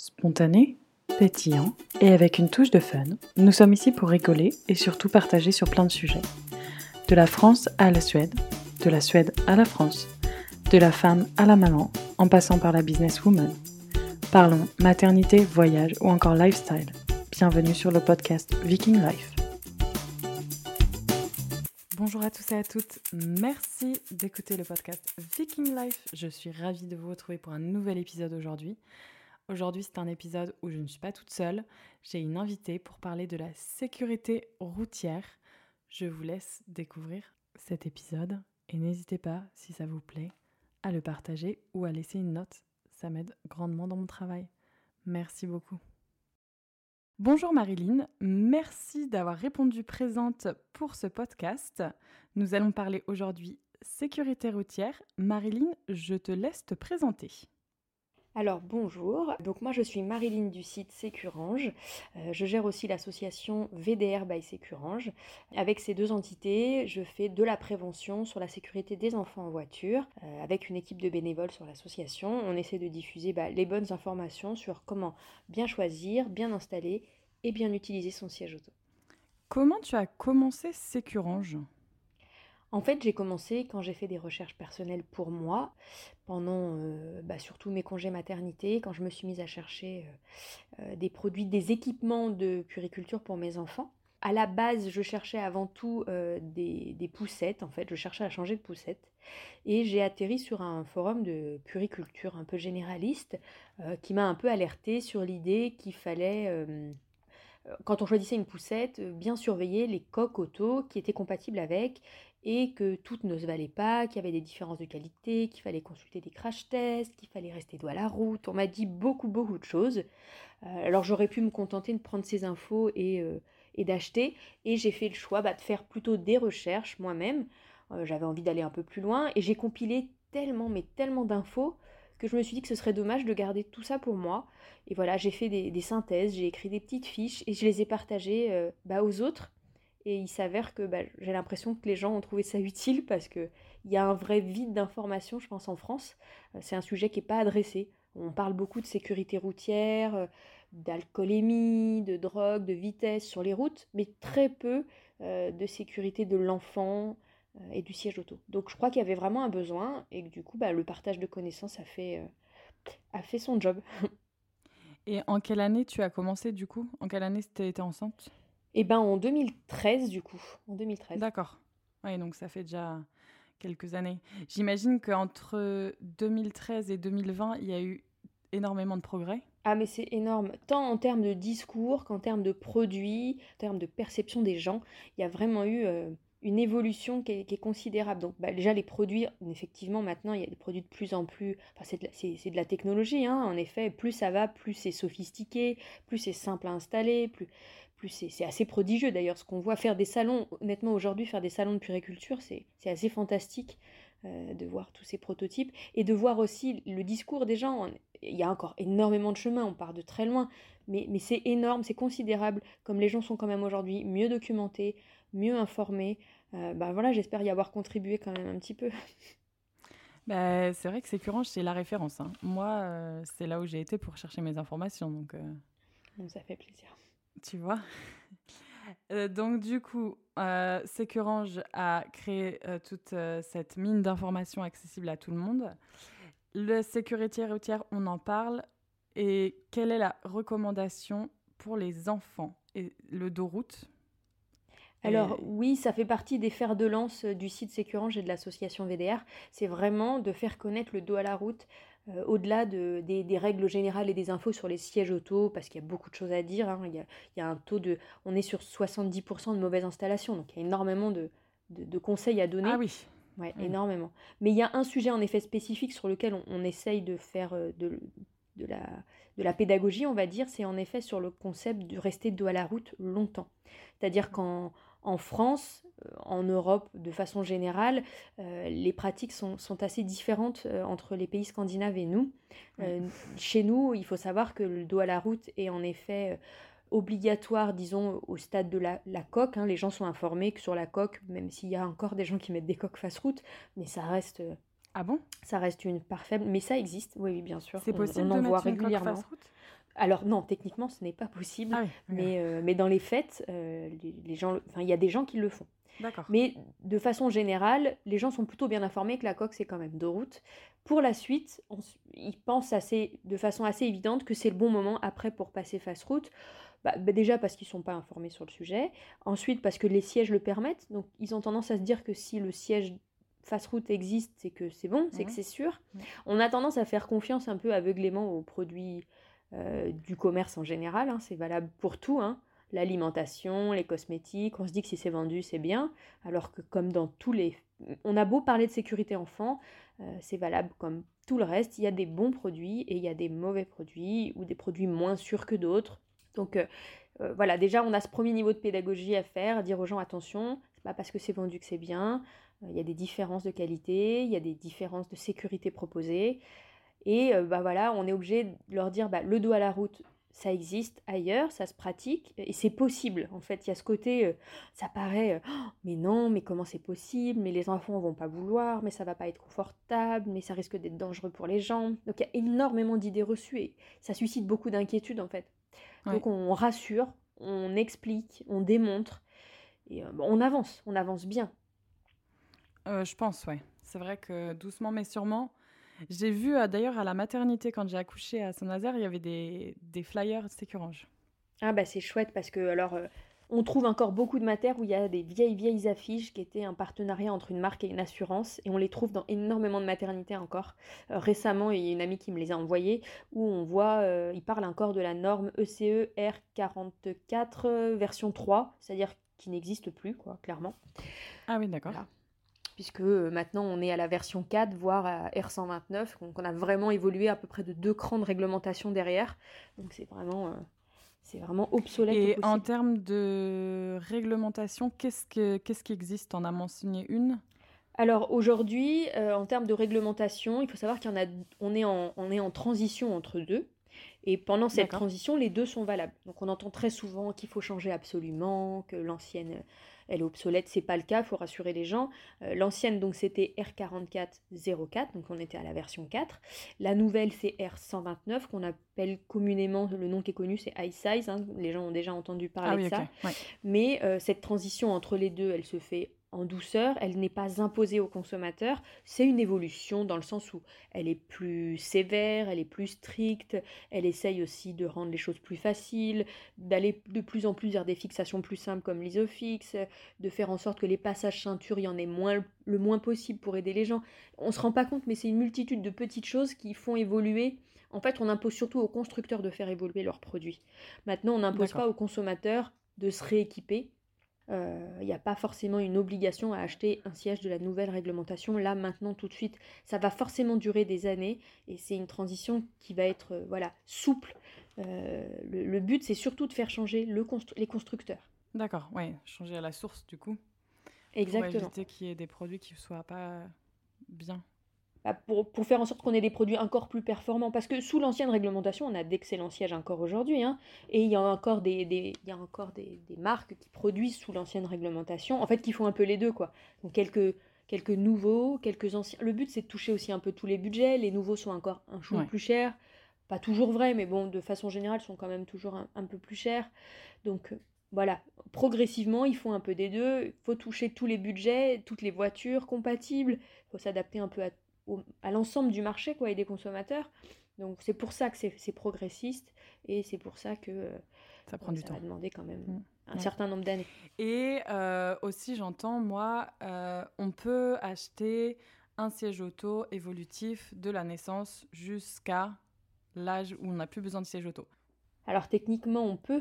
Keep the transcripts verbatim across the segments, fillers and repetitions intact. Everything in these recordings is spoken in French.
Spontané, pétillant et avec une touche de fun, nous sommes ici pour rigoler et surtout partager sur plein de sujets. De la France à la Suède, de la Suède à la France, de la femme à la maman, en passant par la businesswoman. Parlons maternité, voyage ou encore lifestyle. Bienvenue sur le podcast Viking Life. Bonjour à tous et à toutes, merci d'écouter le podcast Viking Life. Je suis ravie de vous retrouver pour un nouvel épisode aujourd'hui. Aujourd'hui, c'est un épisode où je ne suis pas toute seule. J'ai une invitée pour parler de la sécurité routière. Je vous laisse découvrir cet épisode et n'hésitez pas, si ça vous plaît, à le partager ou à laisser une note. Ça m'aide grandement dans mon travail. Merci beaucoup. Bonjour Marilyn, merci d'avoir répondu présente pour ce podcast. Nous allons parler aujourd'hui sécurité routière. Marilyn, je te laisse te présenter. Alors bonjour, donc moi je suis Marilyn du site Sécurange, euh, je gère aussi l'association V D R by Sécurange. Avec ces deux entités, je fais de la prévention sur la sécurité des enfants en voiture. Euh, avec une équipe de bénévoles sur l'association, on essaie de diffuser bah, les bonnes informations sur comment bien choisir, bien installer et bien utiliser son siège auto. Comment tu as commencé Sécurange ? En fait, j'ai commencé quand j'ai fait des recherches personnelles pour moi, pendant euh, bah, surtout mes congés maternité, quand je me suis mise à chercher euh, euh, des produits, des équipements de puériculture pour mes enfants. À la base, je cherchais avant tout euh, des, des poussettes, en fait, je cherchais à changer de poussette. Et j'ai atterri sur un forum de puériculture un peu généraliste euh, qui m'a un peu alertée sur l'idée qu'il fallait... Euh, quand on choisissait une poussette, bien surveiller les coques auto qui étaient compatibles avec et que toutes ne se valaient pas, qu'il y avait des différences de qualité, qu'il fallait consulter des crash tests, qu'il fallait rester dos à la route. On m'a dit beaucoup, beaucoup de choses. Euh, alors j'aurais pu me contenter de prendre ces infos et, euh, et d'acheter. Et j'ai fait le choix bah, de faire plutôt des recherches moi-même. Euh, j'avais envie d'aller un peu plus loin et j'ai compilé tellement, mais tellement d'infos que je me suis dit que ce serait dommage de garder tout ça pour moi. Et voilà, j'ai fait des, des synthèses, j'ai écrit des petites fiches et je les ai partagées euh, bah, aux autres. Et il s'avère que bah, j'ai l'impression que les gens ont trouvé ça utile parce qu'il y a un vrai vide d'informations, je pense, en France. Euh, c'est un sujet qui n'est pas adressé. On parle beaucoup de sécurité routière, euh, d'alcoolémie, de drogue, de vitesse sur les routes, mais très peu euh, de sécurité de l'enfant euh, et du siège auto. Donc je crois qu'il y avait vraiment un besoin et que du coup, bah, le partage de connaissances a fait, euh, a fait son job. Et en quelle année tu as commencé du coup ? En quelle année tu étais enceinte ? Et ben en deux mille treize du coup, en deux mille treize. D'accord. Oui, donc ça fait déjà quelques années. J'imagine qu'entre deux mille treize et deux mille vingt, il y a eu énormément de progrès. Ah mais c'est énorme, tant en termes de discours qu'en termes de produits, en termes de perception des gens, il y a vraiment eu euh, une évolution qui est, qui est considérable. Donc bah, déjà les produits, effectivement maintenant il y a des produits de plus en plus, enfin c'est de, la- c'est, c'est de la technologie, hein, en effet, plus ça va, plus c'est sophistiqué, plus c'est simple à installer, plus, plus c'est, c'est assez prodigieux d'ailleurs ce qu'on voit faire des salons, honnêtement aujourd'hui faire des salons de puériculture c'est, c'est assez fantastique. Euh, de voir tous ces prototypes et de voir aussi le discours des gens. Il y a encore énormément de chemin, on part de très loin, mais, mais c'est énorme, c'est considérable, comme les gens sont quand même aujourd'hui mieux documentés, mieux informés. Euh, ben voilà, j'espère y avoir contribué quand même un petit peu. Bah, c'est vrai que Sécurange, c'est la référence, hein. Moi, euh, c'est là où j'ai été pour chercher mes informations, donc euh, Donc ça fait plaisir. tu vois. Euh, donc du coup, euh, Sécurange a créé euh, toute euh, cette mine d'informations accessible à tout le monde. La sécurité routière, on en parle. Et quelle est la recommandation pour les enfants ? Et le dos route Alors et... oui, ça fait partie des fers de lance du site Sécurange et de l'association V D R. C'est vraiment de faire connaître le dos à la route, euh, au-delà de, des, des règles générales et des infos sur les sièges auto, parce qu'il y a beaucoup de choses à dire, hein. Il y a, il y a un taux de... On est sur soixante-dix pour cent de mauvaises installations, donc il y a énormément de, de, de conseils à Ah donner. oui, Ouais, oui. énormément. Mais il y a un sujet en effet spécifique sur lequel on, on essaye de faire euh, de, de la, de la pédagogie, on va dire, c'est en effet sur le concept de rester dos à la route longtemps. C'est-à-dire qu'en en France, euh, en Europe de façon générale, euh, les pratiques sont, sont assez différentes euh, entre les pays scandinaves et nous. Oui. Euh, chez nous, il faut savoir que le dos à la route est en effet euh, obligatoire, disons, au stade de la, la coque, hein. Les gens sont informés que sur la coque, même s'il y a encore des gens qui mettent des coques face-route, mais ça reste, euh, Ah bon ? ça reste une part faible. Mais ça existe, oui, oui, bien sûr. C'est On, on possible de en voit mettre une coque face régulièrement. route ? Alors non, techniquement, ce n'est pas possible, Ah oui, ok. mais, euh, mais dans les faits, euh, les, les gens, le- enfin, il y a des gens qui le font. D'accord. Mais de façon générale, les gens sont plutôt bien informés que la coque, c'est quand même de route. Pour la suite, on s- ils pensent assez, de façon assez évidente que c'est le bon moment après pour passer fast route. Bah, bah, déjà parce qu'ils ne sont pas informés sur le sujet. Ensuite, parce que les sièges le permettent. Donc, ils ont tendance à se dire que si le siège fast route existe, c'est que c'est bon, c'est que Mhm. c'est sûr. Mhm. On a tendance à faire confiance un peu aveuglément aux produits euh, du commerce en général, hein. C'est valable pour tout, hein. L'alimentation, les cosmétiques, on se dit que si c'est vendu, c'est bien. Alors que comme dans tous les... On a beau parler de sécurité enfant, euh, c'est valable comme tout le reste. Il y a des bons produits et il y a des mauvais produits ou des produits moins sûrs que d'autres. Donc euh, euh, voilà, déjà on a ce premier niveau de pédagogie à faire, dire aux gens attention, c'est pas parce que c'est vendu que c'est bien. Euh, il y a des différences de qualité, il y a des différences de sécurité proposées. Et euh, bah voilà, on est obligé de leur dire bah, le dos à la route, ça existe ailleurs, ça se pratique et c'est possible. En fait, il y a ce côté, euh, ça paraît, euh, oh, mais non, mais comment c'est possible? Mais les enfants vont pas vouloir, mais ça va pas être confortable, mais ça risque d'être dangereux pour les jambes. Donc il y a énormément d'idées reçues et ça suscite beaucoup d'inquiétudes en fait. Ouais. Donc on rassure, on explique, on démontre et euh, bon, on avance, on avance bien. Euh, je pense, ouais. C'est vrai que doucement mais sûrement. J'ai vu euh, d'ailleurs à la maternité, quand j'ai accouché à Saint-Nazaire, il y avait des, des flyers Sécurange. Ah bah c'est chouette parce que alors euh, on trouve encore beaucoup de matières où il y a des vieilles vieilles affiches qui étaient un partenariat entre une marque et une assurance et on les trouve dans énormément de maternités encore. Euh, récemment, il y a une amie qui me les a envoyées où on voit, euh, il parle encore de la norme E C E R quarante-quatre euh, version trois, c'est-à-dire qui n'existe plus quoi, clairement. Ah oui, d'accord. Voilà. Puisque euh, maintenant on est à la version quatre, voire à R cent vingt-neuf, donc on a vraiment évolué à peu près de deux crans de réglementation derrière. Donc c'est vraiment, euh, c'est vraiment obsolète au Et en possible. termes de réglementation, qu'est-ce, que, qu'est-ce qui existe? T'en as mentionné une? Alors aujourd'hui, euh, en termes de réglementation, il faut savoir qu'il y en a, on est en, on est en transition entre deux. Et pendant cette D'accord. transition, les deux sont valables. Donc on entend très souvent qu'il faut changer absolument, que l'ancienne, euh, elle est obsolète. C'est pas le cas, il faut rassurer les gens. Euh, l'ancienne, donc c'était R quarante-quatre zéro quatre, donc on était à la version quatre. La nouvelle, c'est R cent vingt-neuf, qu'on appelle communément, le nom qui est connu, c'est iSize, hein. Les gens ont déjà entendu Ah parler de oui, ok. ça. Ouais. Mais euh, cette transition entre les deux, elle se fait en douceur, elle n'est pas imposée aux consommateurs, c'est une évolution dans le sens où elle est plus sévère, elle est plus stricte, elle essaye aussi de rendre les choses plus faciles, d'aller de plus en plus vers des fixations plus simples comme l'isofix, de faire en sorte que les passages ceinture, il y en ait moins, le moins possible pour aider les gens. On ne se rend pas compte, mais c'est une multitude de petites choses qui font évoluer. En fait, on impose surtout aux constructeurs de faire évoluer leurs produits. Maintenant, on n'impose pas D'accord. aux consommateurs de se rééquiper. Il euh, n'y a pas forcément une obligation à acheter un siège de la nouvelle réglementation. Là, maintenant, tout de suite, ça va forcément durer des années et c'est une transition qui va être euh, voilà, souple. Euh, le, le but, c'est surtout de faire changer le constru- les constructeurs. D'accord, ouais. Changer à la source, du coup, pour Exactement. éviter qu'il y ait des produits qui ne soient pas bien. Bah, pour, pour faire en sorte qu'on ait des produits encore plus performants. Parce que sous l'ancienne réglementation, on a d'excellents sièges encore aujourd'hui, hein, et il y a encore, des, des, il y a encore des, des marques qui produisent sous l'ancienne réglementation, en fait, qui font un peu les deux, quoi. Donc quelques, quelques nouveaux, quelques anciens. Le but, c'est de toucher aussi un peu tous les budgets. Les nouveaux sont encore un chouille Ouais. plus chers. Pas toujours vrai, mais bon, de façon générale, sont quand même toujours un, un peu plus chers. Donc euh, voilà, progressivement, ils font un peu des deux. Il faut toucher tous les budgets, toutes les voitures compatibles. Il faut s'adapter un peu à au, à l'ensemble du marché quoi, et des consommateurs. Donc c'est pour ça que c'est, c'est progressiste et c'est pour ça que euh, Ça prend du ça temps. va demander quand même Mmh. un Ouais. certain nombre d'années. Et euh, aussi, j'entends, moi, euh, on peut acheter un siège auto évolutif de la naissance jusqu'à l'âge où on n'a plus besoin de siège auto. Alors techniquement on peut,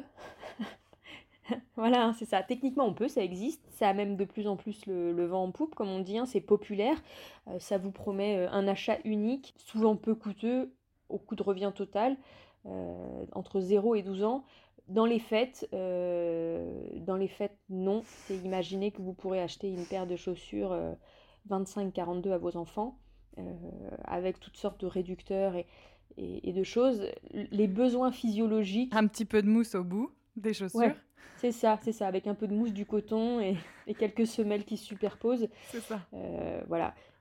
voilà hein, c'est ça, techniquement on peut, ça existe, ça a même de plus en plus le, le vent en poupe comme on dit, hein, c'est populaire, euh, ça vous promet euh, un achat unique, souvent peu coûteux, au coût de revient total, euh, entre zéro et douze ans. Dans les faits, euh, dans les faits, non. C'est imaginer que vous pourrez acheter une paire de chaussures euh, vingt-cinq quarante-deux à vos enfants, euh, avec toutes sortes de réducteurs et, et, et de choses. Les besoins physiologiques, Un petit peu de mousse au bout des chaussures. ouais, c'est ça, c'est ça, avec un peu de mousse, du coton et, et quelques semelles qui se superposent. C'est ça. Euh, voilà.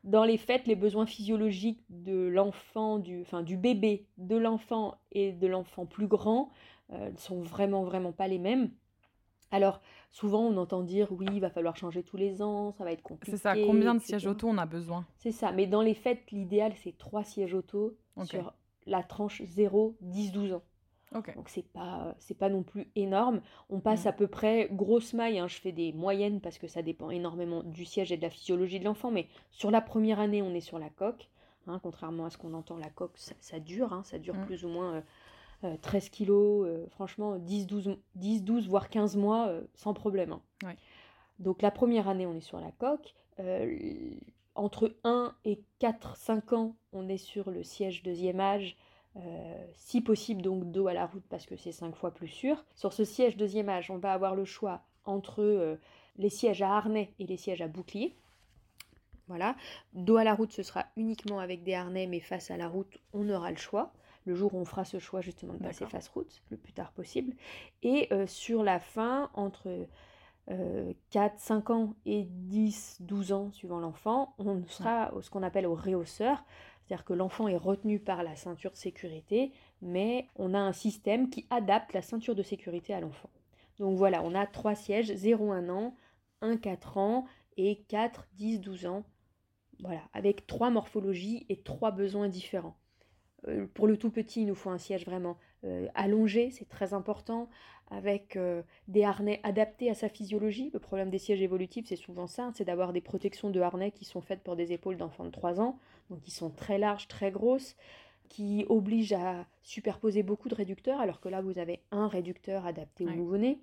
dans les faits, les besoins physiologiques de l'enfant, du, enfin, du bébé, de l'enfant et de l'enfant plus grand euh, ne sont vraiment, vraiment pas les mêmes. Alors, souvent, on entend dire, oui, il va falloir changer tous les ans, ça va être C'est ça, compliqué, combien de sièges et cetera. auto on a besoin? C'est ça, mais dans les faits, l'idéal, c'est trois sièges auto Ok, sur la tranche zéro dix douze ans. ok. Donc c'est pas, c'est pas non plus énorme. On passe Mm. à peu près grosse maille, hein, je fais des moyennes parce que ça dépend énormément du siège et de la physiologie de l'enfant, mais sur la première année, on est sur la coque. Hein, contrairement à ce qu'on entend, la coque, ça, ça dure, hein, ça dure Mm. plus ou moins euh, euh, treize kilos, euh, franchement dix douze, dix douze voire quinze mois euh, sans problème. Hein. Ouais. Donc la première année, on est sur la coque. Euh, entre un et quatre cinq ans, on est sur le siège deuxième âge, euh, si possible donc dos à la route parce que c'est cinq fois plus sûr. Sur ce siège deuxième âge, on va avoir le choix entre euh, les sièges à harnais et les sièges à bouclier. Voilà. Dos à la route, ce sera uniquement avec des harnais, mais face à la route, on aura le choix. Le jour où on fera ce choix justement de passer D'accord. face route, le plus tard possible. Et euh, sur la fin, entre euh, quatre cinq ans et dix douze ans, suivant l'enfant, on sera ce qu'on appelle au réhausseur. C'est-à-dire que l'enfant est retenu par la ceinture de sécurité, mais on a un système qui adapte la ceinture de sécurité à l'enfant. Donc voilà, on a trois sièges, zéro un an, un quatre ans et quatre dix douze ans. Voilà, avec trois morphologies et trois besoins différents. Euh, pour le tout petit, il nous faut un siège vraiment euh, allongé, c'est très important, avec euh, des harnais adaptés à sa physiologie. Le problème des sièges évolutifs, c'est souvent ça, hein, c'est d'avoir des protections de harnais qui sont faites pour des épaules d'enfants de trois ans, donc qui sont très larges, très grosses, qui obligent à superposer beaucoup de réducteurs, alors que là, vous avez un réducteur adapté au Ouais. nouveau-né.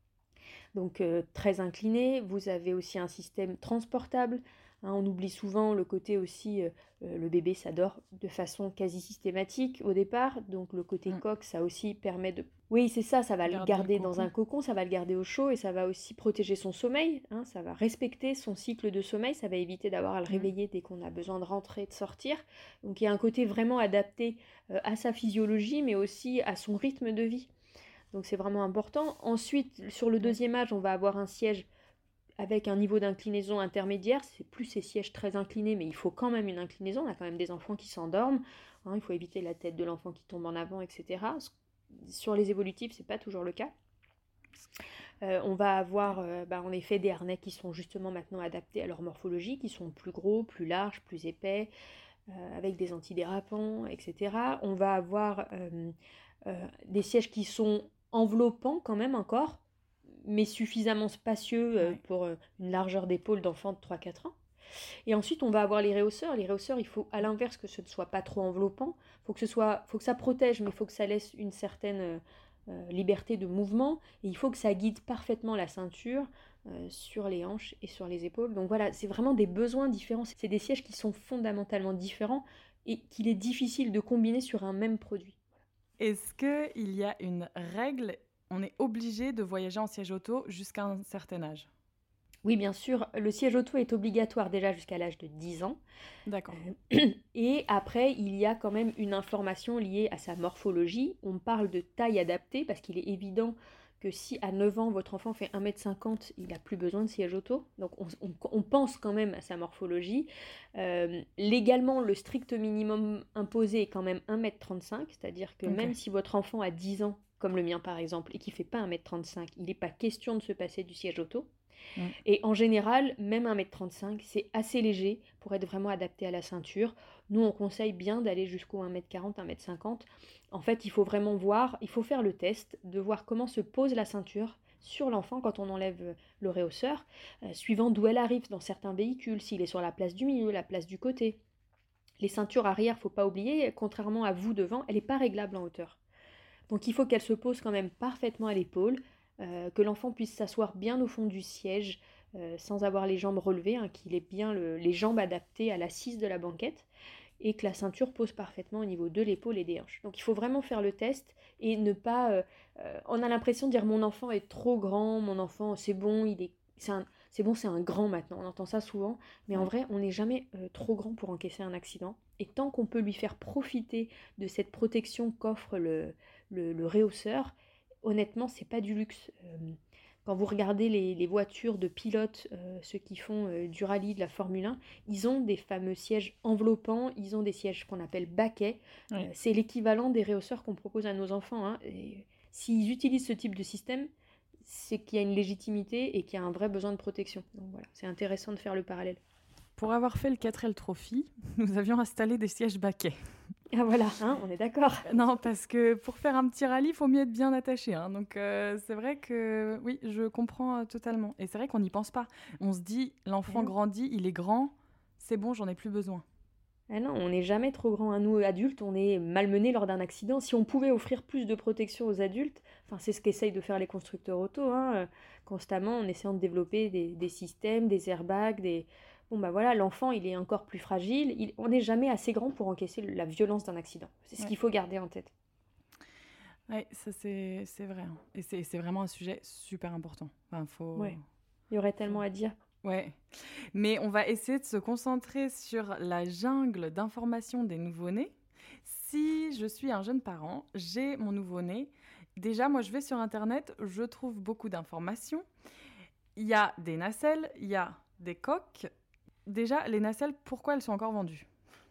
Donc euh, très incliné. Vous avez aussi un système transportable. Hein, on oublie souvent le côté aussi, euh, euh, le bébé s'adore de façon quasi systématique au départ. Donc le côté Mm. coque, ça aussi permet de... Oui, c'est ça, ça va le Garder le garder dans cocon. un cocon, ça va le garder au chaud et ça va aussi protéger son sommeil. Hein, ça va respecter son cycle de sommeil, ça va éviter d'avoir à le Mm. réveiller dès qu'on a besoin de rentrer, de sortir. Donc il y a un côté vraiment adapté euh, à sa physiologie, mais aussi à son rythme de vie. Donc c'est vraiment important. Ensuite, sur le Ouais. deuxième âge, on va avoir un siège avec un niveau d'inclinaison intermédiaire. C'est plus ces sièges très inclinés, mais il faut quand même une inclinaison. On a quand même des enfants qui s'endorment. Hein, il faut éviter la tête de l'enfant qui tombe en avant, et cetera. Sur les évolutifs, c'est pas toujours le cas. Euh, on va avoir euh, bah, en effet des harnais qui sont justement maintenant adaptés à leur morphologie, qui sont plus gros, plus larges, plus épais, euh, avec des antidérapants, et cetera. On va avoir euh, euh, des sièges qui sont enveloppants quand même encore, mais suffisamment spacieux euh, Ouais. pour euh, une largeur d'épaule d'enfant de trois quatre ans. Et ensuite, on va avoir les réhausseurs. Les réhausseurs, il faut à l'inverse que ce ne soit pas trop enveloppant. Il faut que ce soit, faut que ça protège, mais il faut que ça laisse une certaine euh, euh, liberté de mouvement. Et il faut que ça guide parfaitement la ceinture euh, sur les hanches et sur les épaules. Donc voilà, c'est vraiment des besoins différents. C'est des sièges qui sont fondamentalement différents et qu'il est difficile de combiner sur un même produit. Est-ce qu'il y a une règle? On est obligé de voyager en siège auto jusqu'à un certain âge. Oui, bien sûr, le siège auto est obligatoire déjà jusqu'à l'âge de dix ans. D'accord. Euh, et après, il y a quand même une information liée à sa morphologie. On parle de taille adaptée parce qu'il est évident que si à neuf ans, votre enfant fait un mètre cinquante, il n'a plus besoin de siège auto. Donc on, on, on pense quand même à sa morphologie. Euh, légalement, le strict minimum imposé est quand même un mètre trente-cinq, c'est-à-dire que Ok. même si votre enfant a dix ans, comme le mien par exemple, et qui ne fait pas un mètre trente-cinq, il n'est pas question de se passer du siège auto. Mm. Et en général, même un mètre trente-cinq, c'est assez léger pour être vraiment adapté à la ceinture. Nous, on conseille bien d'aller jusqu'au un mètre quarante, un mètre cinquante. En fait, il faut vraiment voir, il faut faire le test de voir comment se pose la ceinture sur l'enfant quand on enlève le réhausseur, euh, suivant d'où elle arrive dans certains véhicules, s'il est sur la place du milieu, la place du côté. Les ceintures arrière, faut pas oublier, contrairement à vous devant, elle n'est pas réglable en hauteur. Donc il faut qu'elle se pose quand même parfaitement à l'épaule, euh, que l'enfant puisse s'asseoir bien au fond du siège euh, sans avoir les jambes relevées, hein, qu'il ait bien le, les jambes adaptées à l'assise de la banquette et que la ceinture pose parfaitement au niveau de l'épaule et des hanches. Donc il faut vraiment faire le test et ne pas... Euh, euh, on a l'impression de dire mon enfant est trop grand, mon enfant c'est bon, il est... C'est, un, c'est bon, c'est un grand maintenant, on entend ça souvent, mais en Ouais. vrai, on n'est jamais euh, trop grand pour encaisser un accident. Et tant qu'on peut lui faire profiter de cette protection qu'offre le, le, le réhausseur, honnêtement, c'est pas du luxe. Euh, Quand vous regardez les, les voitures de pilotes, euh, ceux qui font euh, du rallye, de la Formule un, ils ont des fameux sièges enveloppants, ils ont des sièges qu'on appelle baquets. Oui. Euh, c'est l'équivalent des réhausseurs qu'on propose à nos enfants, hein. Et s'ils utilisent ce type de système, c'est qu'il y a une légitimité et qu'il y a un vrai besoin de protection. Donc voilà, c'est intéressant de faire le parallèle. Pour avoir fait le quatre L Trophy, nous avions installé des sièges baquets. Ah voilà, hein, on est d'accord. Non, parce que pour faire un petit rallye, il faut mieux être bien attaché. Hein. Donc euh, c'est vrai que oui, je comprends euh, totalement. Et c'est vrai qu'on n'y pense pas. On se dit, l'enfant grandit, il est grand, c'est bon, j'en ai plus besoin. Ah non, on n'est jamais trop grand. À nous, adultes, on est malmenés lors d'un accident. Si on pouvait offrir plus de protection aux adultes, enfin, c'est ce qu'essayent de faire les constructeurs auto, hein, euh, constamment, en essayant de développer des, des systèmes, des airbags, des... Bon, bah voilà, l'enfant, il est encore plus fragile. Il- on n'est jamais assez grand pour encaisser la violence d'un accident. C'est ce Ouais. qu'il faut garder en tête. Oui, ça c'est, c'est vrai. Hein. Et c'est, c'est vraiment un sujet super important. Enfin, faut... Ouais. Il y aurait tellement faut... à dire. Ouais. Mais on va essayer de se concentrer sur la jungle d'informations des nouveau-nés. Si je suis un jeune parent, j'ai mon nouveau-né. Déjà, moi, je vais sur Internet, je trouve beaucoup d'informations. Il y a des nacelles, il y a des coques. Déjà, les nacelles, pourquoi elles sont encore vendues ?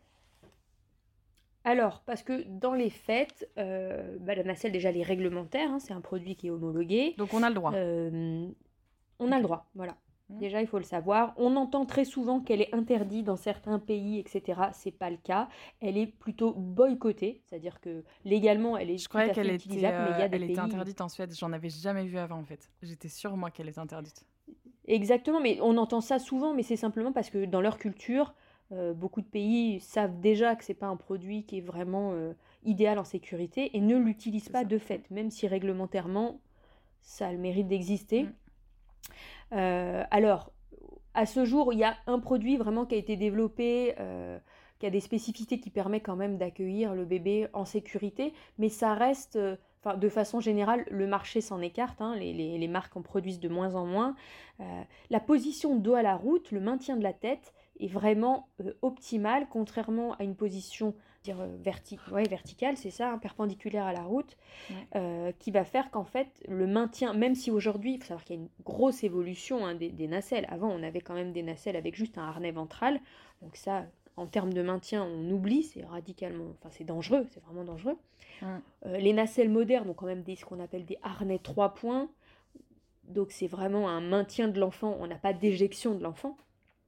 Alors, parce que dans les faits, euh, bah, la nacelle, déjà, elle est réglementaire, hein, c'est un produit qui est homologué. Donc on a le droit. Euh, on a Ok. le droit, voilà. Mmh. Déjà, il faut le savoir. On entend très souvent qu'elle est interdite dans certains pays, et cetera. C'est pas le cas. Elle est plutôt boycottée, c'est-à-dire que légalement, elle est Je tout croyais à qu'elle fait était, utilisable, mais il y euh, a des elle était pays. interdite en Suède. J'en avais jamais vu avant en fait. J'étais sûre moi qu'elle était interdite. Exactement, mais on entend ça souvent, mais c'est simplement parce que dans leur culture, euh, beaucoup de pays savent déjà que c'est pas un produit qui est vraiment euh, idéal en sécurité et ne l'utilisent C'est pas ça. de fait, même si réglementairement, ça a le mérite d'exister. Mm. Euh, alors, à ce jour, il y a un produit vraiment qui a été développé, euh, qui a des spécificités qui permet quand même d'accueillir le bébé en sécurité, mais ça reste, euh, enfin, de façon générale, le marché s'en écarte, hein, les, les- les marques en produisent de moins en moins. Euh, la position dos à la route, le maintien de la tête est vraiment euh, optimale, contrairement à une position dire, euh, verti- ouais, verticale, c'est ça, hein, perpendiculaire à la route, Ouais. euh, qui va faire qu'en fait, le maintien, même si aujourd'hui, il faut savoir qu'il y a une grosse évolution, hein, des, des nacelles. Avant, on avait quand même des nacelles avec juste un harnais ventral. Donc ça, en termes de maintien, on oublie, c'est radicalement, enfin c'est dangereux, c'est vraiment dangereux. Mm. Euh, les nacelles modernes ont quand même des, ce qu'on appelle des harnais trois points. Donc c'est vraiment un maintien de l'enfant, on n'a pas d'éjection de l'enfant.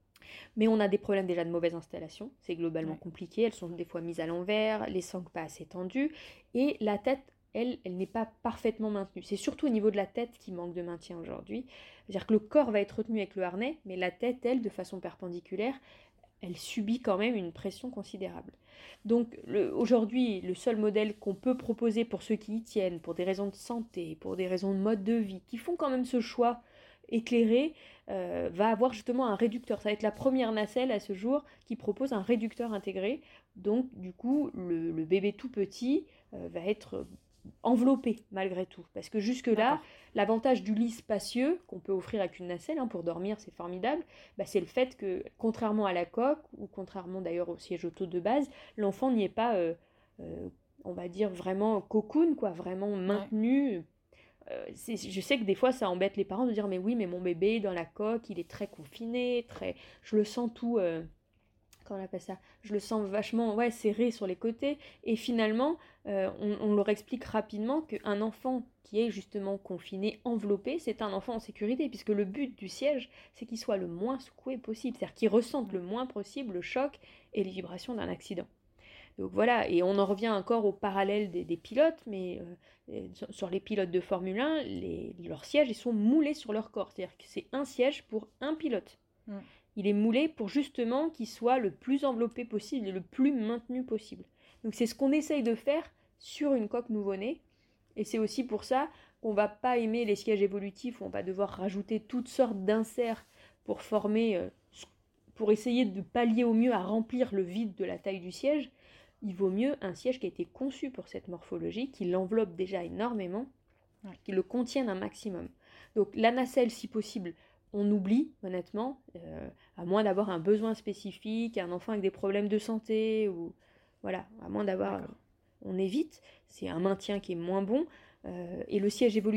Mais on a des problèmes déjà de mauvaise installation, c'est globalement Ouais. compliqué, elles sont des fois mises à l'envers, les sangles pas assez tendues, et la tête, elle, elle n'est pas parfaitement maintenue. C'est surtout au niveau de la tête qui manque de maintien aujourd'hui. C'est-à-dire que le corps va être retenu avec le harnais, mais la tête, elle, de façon perpendiculaire, elle subit quand même une pression considérable. Donc le, aujourd'hui, le seul modèle qu'on peut proposer pour ceux qui y tiennent, pour des raisons de santé, pour des raisons de mode de vie, qui font quand même ce choix éclairé, euh, va avoir justement un réducteur. Ça va être la première nacelle à ce jour qui propose un réducteur intégré. Donc du coup, le, le bébé tout petit euh, va être enveloppé malgré tout. Parce que jusque-là, D'accord. l'avantage du lit spacieux qu'on peut offrir avec une nacelle, hein, pour dormir, c'est formidable, bah, c'est le fait que, contrairement à la coque, ou contrairement d'ailleurs au siège auto de base, l'enfant n'y est pas, euh, euh, on va dire, vraiment cocoon, quoi, vraiment Ouais. maintenu. Euh, c'est- je sais que des fois ça embête les parents de dire mais oui, mais mon bébé dans la coque, il est très confiné, très... je le sens tout... euh, Comment on appelle ça, je le sens vachement ouais, serré sur les côtés. Et finalement, euh, on, on leur explique rapidement qu'un enfant qui est justement confiné, enveloppé, c'est un enfant en sécurité, puisque le but du siège, c'est qu'il soit le moins secoué possible, c'est-à-dire qu'il ressente le moins possible le choc et les vibrations d'un accident. Donc voilà, et on en revient encore au parallèle des, des pilotes, mais euh, sur, sur les pilotes de Formule un, les, leurs sièges, ils sont moulés sur leur corps, c'est-à-dire que c'est un siège pour un pilote. Mm. Il est moulé pour justement qu'il soit le plus enveloppé possible et le plus maintenu possible. Donc c'est ce qu'on essaye de faire sur une coque nouveau-née. Et c'est aussi pour ça qu'on ne va pas aimer les sièges évolutifs, où on va devoir rajouter toutes sortes d'inserts pour former, euh, pour essayer de pallier au mieux à remplir le vide de la taille du siège. Il vaut mieux un siège qui a été conçu pour cette morphologie, qui l'enveloppe déjà énormément, Ouais. qui le contienne un maximum. Donc la nacelle, si possible, on oublie, honnêtement, euh, à moins d'avoir un besoin spécifique, un enfant avec des problèmes de santé, ou voilà, à moins d'avoir, D'accord. on évite, c'est un maintien qui est moins bon, euh, et le siège évolutif,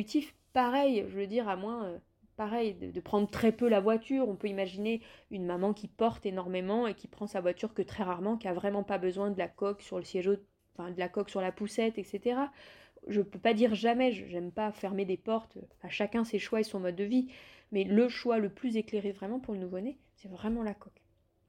pareil, je veux dire, à moins, euh, pareil, de, de prendre très peu la voiture. On peut imaginer une maman qui porte énormément et qui prend sa voiture que très rarement, qui a vraiment pas besoin de la coque sur le siège, au- enfin de la coque sur la poussette, et cetera. Je peux pas dire jamais, je- j'aime pas fermer des portes. À chacun ses choix et son mode de vie, mais le choix le plus éclairé vraiment pour le nouveau-né, c'est vraiment la coque.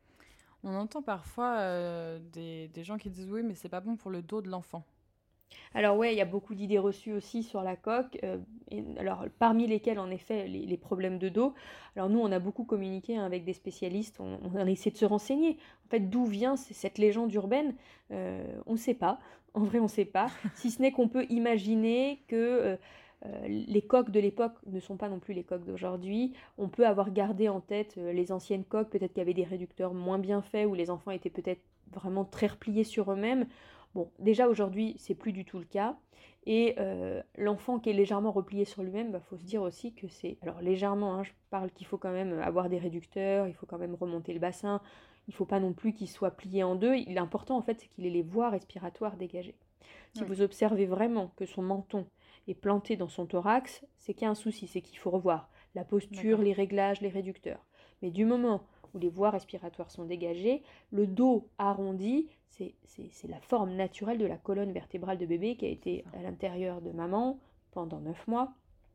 On entend parfois euh, des, des gens qui disent oui, mais c'est pas bon pour le dos de l'enfant. Alors ouais, il y a beaucoup d'idées reçues aussi sur la coque, euh, et, alors parmi lesquelles en effet les, les problèmes de dos. Alors nous, on a beaucoup communiqué hein, avec des spécialistes, on, on a essayé de se renseigner. En fait, d'où vient c- cette légende urbaine? Euh, On ne sait pas. En vrai, on ne sait pas. Si ce n'est qu'on peut imaginer que euh, euh, les coques de l'époque ne sont pas non plus les coques d'aujourd'hui. On peut avoir gardé en tête euh, les anciennes coques, peut-être qu'il y avait des réducteurs moins bien faits, où les enfants étaient peut-être vraiment très repliés sur eux-mêmes. Bon, déjà aujourd'hui, c'est plus du tout le cas. Et euh, l'enfant qui est légèrement replié sur lui-même, il bah, faut se dire aussi que c'est... Alors légèrement, hein, je parle qu'il faut quand même avoir des réducteurs, il faut quand même remonter le bassin, il ne faut pas non plus qu'il soit plié en deux. L'important en fait, c'est qu'il ait les voies respiratoires dégagées. Si Oui, vous observez vraiment que son menton est planté dans son thorax, c'est qu'il y a un souci, c'est qu'il faut revoir la posture, d'accord. les réglages, les réducteurs. Mais du moment où les voies respiratoires sont dégagées, le dos arrondi, c'est, c'est, c'est la forme naturelle de la colonne vertébrale de bébé qui a été Ça. à l'intérieur de maman pendant neuf mois.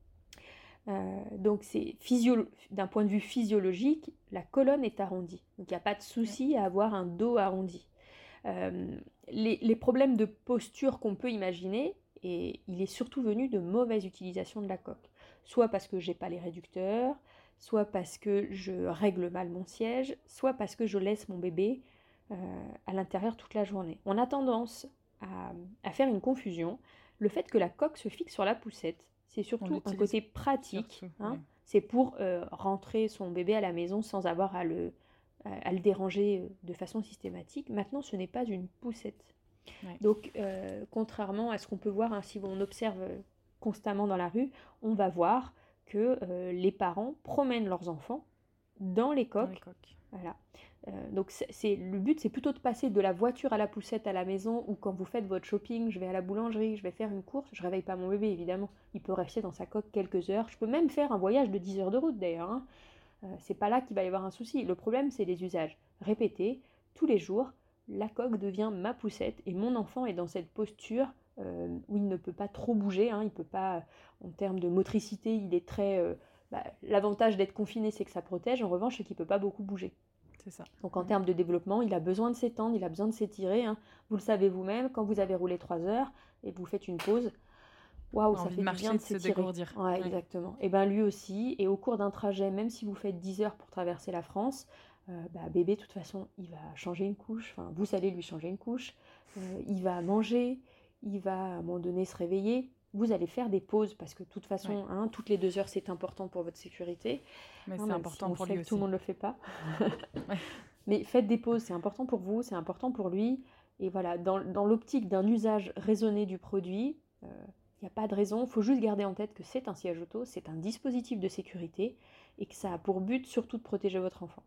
Euh, donc c'est physio- d'un point de vue physiologique, la colonne est arrondie. Donc il n'y a pas de Ouais. souci à avoir un dos arrondi. Euh, les, les problèmes de posture qu'on peut imaginer, et il est surtout venu de mauvaise utilisation de la coque. Soit parce que j'ai pas les réducteurs, soit parce que je règle mal mon siège, soit parce que je laisse mon bébé euh, à l'intérieur toute la journée. On a tendance à, à faire une confusion. Le fait que la coque se fixe sur la poussette, c'est On surtout un l'utilise côté pratique. surtout. Hein. Ouais. C'est pour euh, rentrer son bébé à la maison sans avoir à le, à le déranger de façon systématique. Maintenant, ce n'est pas une poussette. Ouais. Donc, euh, contrairement à ce qu'on peut voir, hein, si on observe constamment dans la rue, on va voir que euh, les parents promènent leurs enfants dans les Dans les coques. coques. Voilà. Euh, donc c'est, c'est, le but, c'est plutôt de passer de la voiture à la poussette à la maison, ou quand vous faites votre shopping, je vais à la boulangerie, je vais faire une course, je réveille pas mon bébé évidemment, il peut rester dans sa coque quelques heures. Je peux même faire un voyage de dix heures de route d'ailleurs. Hein. Euh, c'est pas là qu'il va y avoir un souci. Le problème, c'est les usages répétés, tous les jours. La coque devient ma poussette et mon enfant est dans cette posture euh, où il ne peut pas trop bouger. Hein, il peut pas, en termes de motricité, il est très. Euh, bah, l'avantage d'être confiné, c'est que ça protège. En revanche, c'est qu'il peut pas beaucoup bouger. C'est ça. Donc en Mm. termes de développement, il a besoin de s'étendre, il a besoin de s'étirer. Hein. Vous le savez vous-même, quand vous avez roulé trois heures et que vous faites une pause, waouh, On a ça envie de fait du bien marcher, de de se s'étirer. dégourdir. Ouais, Ouais. exactement. Et bien lui aussi, et au cours d'un trajet, même si vous faites dix heures pour traverser la France, euh, bah, bébé, de toute façon, il va changer une couche, enfin, vous allez lui changer une couche, euh, il va manger, il va à un moment donné se réveiller, vous allez faire des pauses, parce que de toute Ouais. façon, hein, toutes les deux heures, c'est important pour votre sécurité, Mais hein, c'est même si important on pour sait lui que tout le aussi. monde ne le fait pas. Ouais. Mais faites des pauses, c'est important pour vous, c'est important pour lui. Et voilà, dans, dans l'optique d'un usage raisonné du produit, il euh, n'y a pas de raison. Il faut juste garder en tête que c'est un siège auto, c'est un dispositif de sécurité et que ça a pour but surtout de protéger votre enfant.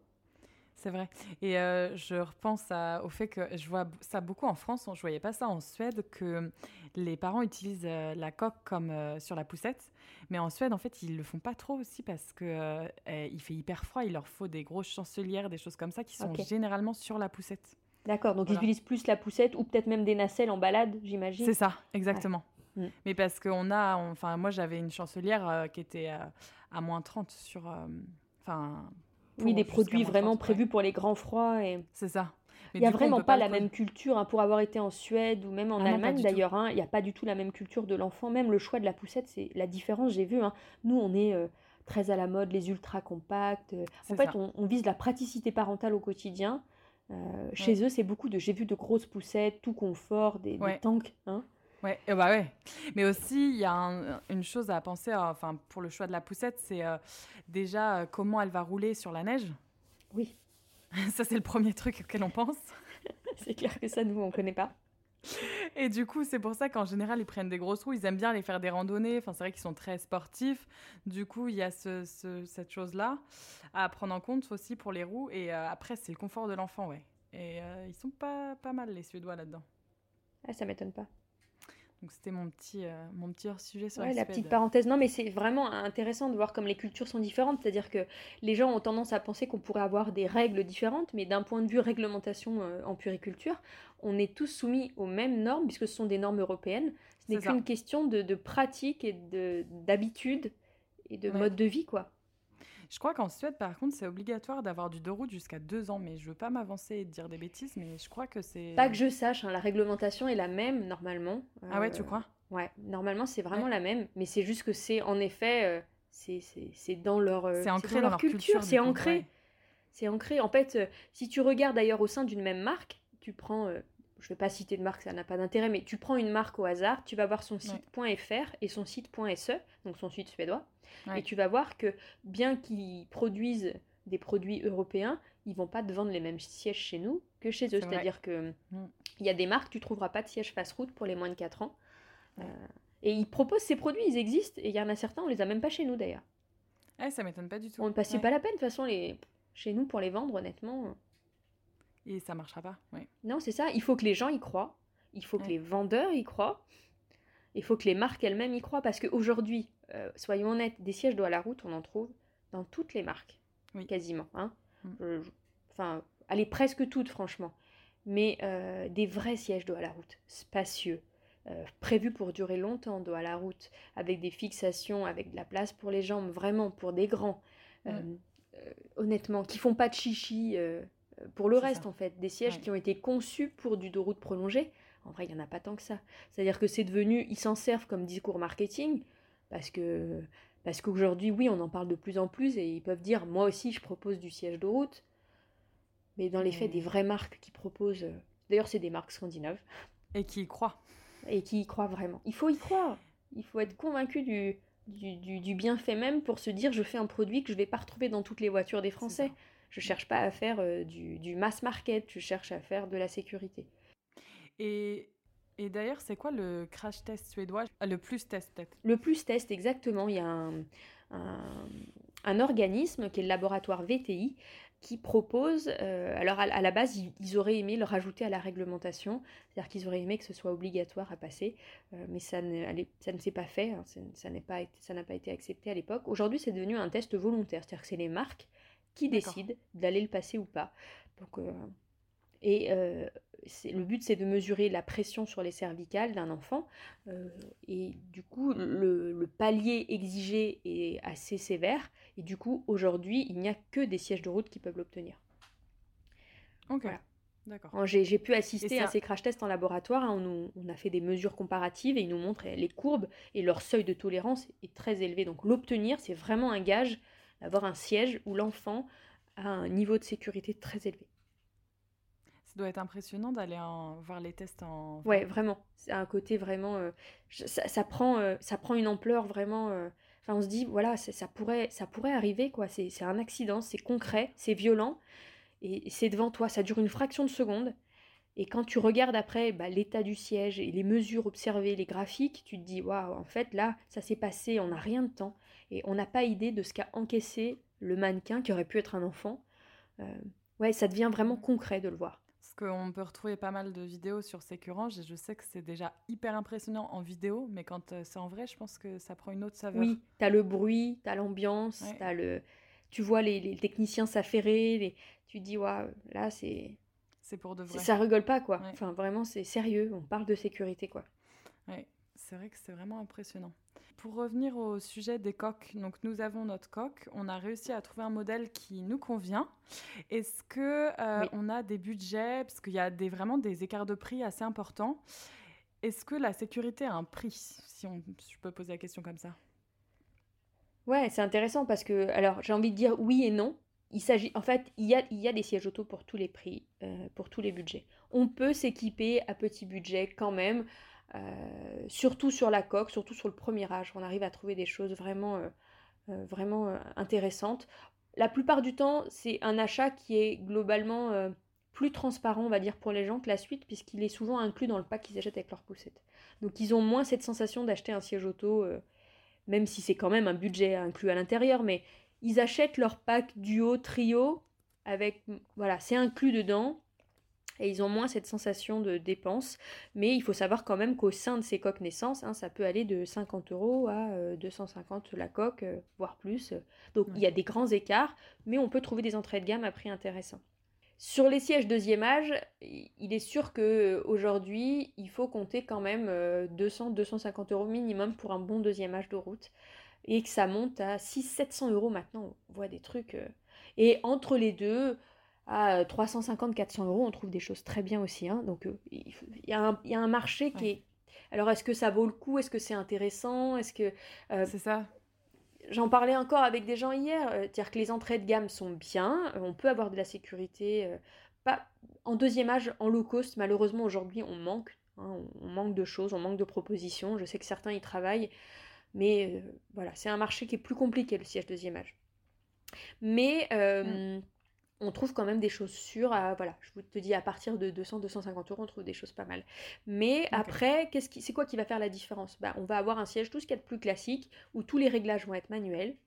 C'est vrai. Et euh, je repense à- au fait que je vois ça beaucoup en France, je ne voyais pas ça en Suède, que les parents utilisent euh, la coque comme euh, sur la poussette. Mais en Suède, en fait, ils le font pas trop aussi parce que euh, eh, il fait hyper froid, il leur faut des grosses chancelières, des choses comme ça qui sont Ok, généralement sur la poussette. d'accord. Donc ils Voilà. utilisent plus la poussette ou peut-être même des nacelles en balade, j'imagine. C'est ça, Ouais. exactement. Mm. Mais parce qu'on a, on- enfin, moi j'avais une chancelière euh, qui était euh, à moins trente sur, euh, enfin, Oui, pour des jusqu'à produits moins vraiment trente, ouais. prévus pour les grands froids et C'est ça. Mais il n'y a du coup, on vraiment peut pas pas le la poser. même culture, hein, pour avoir été en Suède ou même en Ah non, pas Allemagne du tout. d'ailleurs, hein, il n'y a pas du tout la même culture de l'enfant. Même le choix de la poussette, c'est la différence, j'ai vu. Hein. Nous, on est euh, très à la mode, les ultra compacts. euh, en C'est fait, ça. on, on vise la praticité parentale au quotidien. Euh, Ouais. chez eux, c'est beaucoup de. J'ai vu de grosses poussettes, tout confort, des, des Ouais. tanks. Hein. Ouais, eh bah ouais. Mais aussi, il y a un- une chose à penser, euh, enfin, pour le choix de la poussette, c'est euh, déjà euh, comment elle va rouler sur la neige. Oui, Ça, c'est le premier truc auquel on pense. c'est clair que ça, nous, on ne connaît pas. Et du coup, c'est pour ça qu'en général, ils prennent des grosses roues. Ils aiment bien aller faire des randonnées. Enfin, c'est vrai qu'ils sont très sportifs. Du coup, il y a ce, ce- cette chose-là à prendre en compte aussi pour les roues. Et euh, après, c'est le confort de l'enfant, ouais. Et euh, ils sont pas, pas mal, les Suédois, là-dedans. Ah, ça m'étonne pas. Donc c'était mon petit, euh, mon petit hors-sujet sur Ouais, la la petite Suède. parenthèse. Non, mais c'est vraiment intéressant de voir comme les cultures sont différentes. C'est-à-dire que les gens ont tendance à penser qu'on pourrait avoir des règles différentes, mais d'un point de vue réglementation euh, en puériculture, on est tous soumis aux mêmes normes, puisque ce sont des normes européennes. Ce n'est C'est ça. qu'une question de, de pratique et de, d'habitude et de Ouais. mode de vie, quoi. Je crois qu'en Suède, par contre, c'est obligatoire d'avoir du deux roues jusqu'à deux ans. Mais je veux pas m'avancer et dire des bêtises, mais je crois que Pas que c'est... je sache, hein, la réglementation est la même, normalement. Ah ouais, Euh, tu crois? ouais, normalement, c'est vraiment Ouais. la même, mais c'est juste que c'est, en effet, euh, c'est, c'est, c'est dans leur, euh, C'est c'est dans ancré dans leur leur culture, culture, du c'est coup. ancré. Ouais. C'est ancré. En fait, euh, si tu regardes d'ailleurs au sein d'une même marque, tu prends, euh, je ne vais pas citer de marque, ça n'a pas d'intérêt, mais tu prends une marque au hasard, tu vas voir son Ouais. site .fr et son site .se, donc son site suédois, Ouais. et tu vas voir que bien qu'ils produisent des produits européens, ils vont pas te vendre les mêmes sièges chez nous que chez eux. C'est vrai. C'est-à-dire que Mm. il y a des marques, tu trouveras pas de siège fast-food pour les moins de quatre ans. Ouais. Euh, et ils proposent ces produits, ils existent, et il y en a certains, on les a même pas chez nous d'ailleurs. Ouais, ça m'étonne pas du tout. On ne passe Ouais. pas la peine, de toute façon, les... chez nous, pour les vendre, honnêtement. Et ça marchera pas. Ouais. Non, c'est ça, il faut que les gens y croient, il faut que Ouais. les vendeurs y croient, il faut que les marques elles-mêmes y croient, parce qu'aujourd'hui, euh, soyons honnêtes, des sièges dos à la route, on en trouve dans toutes les marques, Oui. quasiment. Hein. Mm. Je- je- Enfin, allez, presque toutes, franchement. Mais euh, des vrais sièges dos à la route, spacieux, euh, prévus pour durer longtemps dos à la route, avec des fixations, avec de la place pour les jambes, vraiment pour des grands, euh, Mm. euh, honnêtement, qui font pas de chichi euh, pour le C'est reste ça. en fait. Des sièges Ouais. qui ont été conçus pour du dos route prolongé. En vrai, il n'y en a pas tant que ça. C'est-à-dire que c'est devenu, ils s'en servent comme discours marketing, parce que parce qu'aujourd'hui, oui, on en parle de plus en plus, et ils peuvent dire, moi aussi, je propose du siège de route. Mais dans les faits, des Mais... vraies marques qui proposent... euh, D'ailleurs, c'est des marques scandinaves, Et qui y croient. et qui y croient vraiment. Il faut y croire. Il faut être convaincu du, du, du, du bienfait même pour se dire, je fais un produit que je ne vais pas retrouver dans toutes les voitures des C'est Français. ça. Je cherche pas à faire euh, du, du mass market, je cherche à faire de la sécurité. Et, et d'ailleurs, c'est quoi le crash test suédois? Ah, le plus test, peut-être. Le plus test, exactement, il y a un, un, un organisme qui est le laboratoire V T I qui propose, euh, alors à, à la base, ils, ils auraient aimé le rajouter à la réglementation, c'est-à-dire qu'ils auraient aimé que ce soit obligatoire à passer, euh, mais ça ne, allez, ça ne s'est pas fait, hein, ça, ça n'est pas été, ça n'a pas été accepté à l'époque. Aujourd'hui, c'est devenu un test volontaire, c'est-à-dire que c'est les marques qui D'accord. décident d'aller le passer ou pas. Donc, euh, et euh, c'est, le but, c'est de mesurer la pression sur les cervicales d'un enfant. Euh, et du coup, le, le palier exigé est assez sévère. Et du coup, aujourd'hui, il n'y a que des sièges de route qui peuvent l'obtenir. Ok. Voilà. D'accord. Alors, J'ai, j'ai pu Et assister c'est à un- ces crash tests en laboratoire. Hein, on, nous- on a fait des mesures comparatives et ils nous montrent les courbes et leur seuil de tolérance est très élevé. Donc l'obtenir, c'est vraiment un gage d'avoir un siège où l'enfant a un niveau de sécurité très élevé. Ça doit être impressionnant d'aller en... voir les tests en Ouais, vrai. vraiment. C'est un côté vraiment. euh, je- ça, ça prend, euh, ça prend une ampleur vraiment. euh, Enfin, on se dit, voilà, c'est- ça pourrait, ça pourrait arriver, quoi. C'est c'est un accident, c'est concret, c'est violent, et c'est devant toi. Ça dure une fraction de seconde. Et quand tu regardes après bah, l'état du siège et les mesures observées, les graphiques, tu te dis, waouh, en fait, là, ça s'est passé, on n'a rien de temps. Et on n'a pas idée de ce qu'a encaissé le mannequin, qui aurait pu être un enfant. Euh, ouais, ça devient vraiment concret de le voir. Parce qu'on peut retrouver pas mal de vidéos sur Sécurange et je sais que c'est déjà hyper impressionnant en vidéo, mais quand euh, c'est en vrai, je pense que ça prend une autre saveur. Oui, t'as le bruit, t'as l'ambiance, Ouais. t'as le... tu vois les, les techniciens s'affairer, les... tu te dis, waouh, là, c'est... C'est pour de c'est- vrai. ça rigole pas, quoi. Ouais. Enfin, vraiment, c'est sérieux, on parle de sécurité, quoi. Ouais, c'est vrai que c'est vraiment impressionnant. Pour revenir au sujet des coques, donc nous avons notre coque, on a réussi à trouver un modèle qui nous convient. Est-ce que euh, Oui. on a des budgets, parce qu'il y a des, vraiment des écarts de prix assez importants. Est-ce que la sécurité a un prix, si on, si je peux poser la question comme ça? Ouais, c'est intéressant parce que, alors, j'ai envie de dire oui et non. Il s'agit, en fait, il y a, il y a des sièges auto pour tous les prix, euh, pour tous les budgets. On peut s'équiper à petit budget quand même, euh, surtout sur la coque, surtout sur le premier âge. On arrive à trouver des choses vraiment, euh, euh, vraiment euh, intéressantes. La plupart du temps, c'est un achat qui est globalement euh, plus transparent, on va dire, pour les gens que la suite, puisqu'il est souvent inclus dans le pack qu'ils achètent avec leur poussette. Donc, ils ont moins cette sensation d'acheter un siège auto. Euh, même si c'est quand même un budget inclus à l'intérieur, mais ils achètent leur pack duo, trio, avec, voilà, c'est inclus dedans, et ils ont moins cette sensation de dépense. Mais il faut savoir quand même qu'au sein de ces coques naissance, hein, ça peut aller de cinquante euros à euh, deux cent cinquante la coque, euh, voire plus. Donc il Ouais. y a des grands écarts, mais on peut trouver des entrées de gamme à prix intéressants. Sur les sièges deuxième âge, il est sûr qu'aujourd'hui, il faut compter quand même deux cents à deux cent cinquante euros minimum pour un bon deuxième âge de route. Et que ça monte à six cents à sept cents euros maintenant. On voit des trucs. euh, Et entre les deux, à trois cent cinquante à quatre cents euros, on trouve des choses très bien aussi, hein. Donc euh, il faut- il y a un, il y a un marché qui Ouais. est. Alors est-ce que ça vaut le coup? Est-ce que c'est intéressant? Est-ce que. euh, C'est ça. J'en parlais encore avec des gens hier, euh, c'est-à-dire que les entrées de gamme sont bien, euh, on peut avoir de la sécurité. euh, pas en deuxième âge, en low cost, malheureusement aujourd'hui on manque, hein, on, on manque de choses, on manque de propositions. Je sais que certains y travaillent, mais euh, voilà, c'est un marché qui est plus compliqué le siège deuxième âge. Mais Mm. euh, on trouve quand même des choses sûres. À, voilà, je vous te dis à partir de deux cents à deux cent cinquante euros, on trouve des choses pas mal. Mais Ok. après, qu'est-ce qui, c'est quoi qui va faire la différence? Bah, on va avoir un siège tout ce qu'il y a de plus classique où tous les réglages vont être manuels.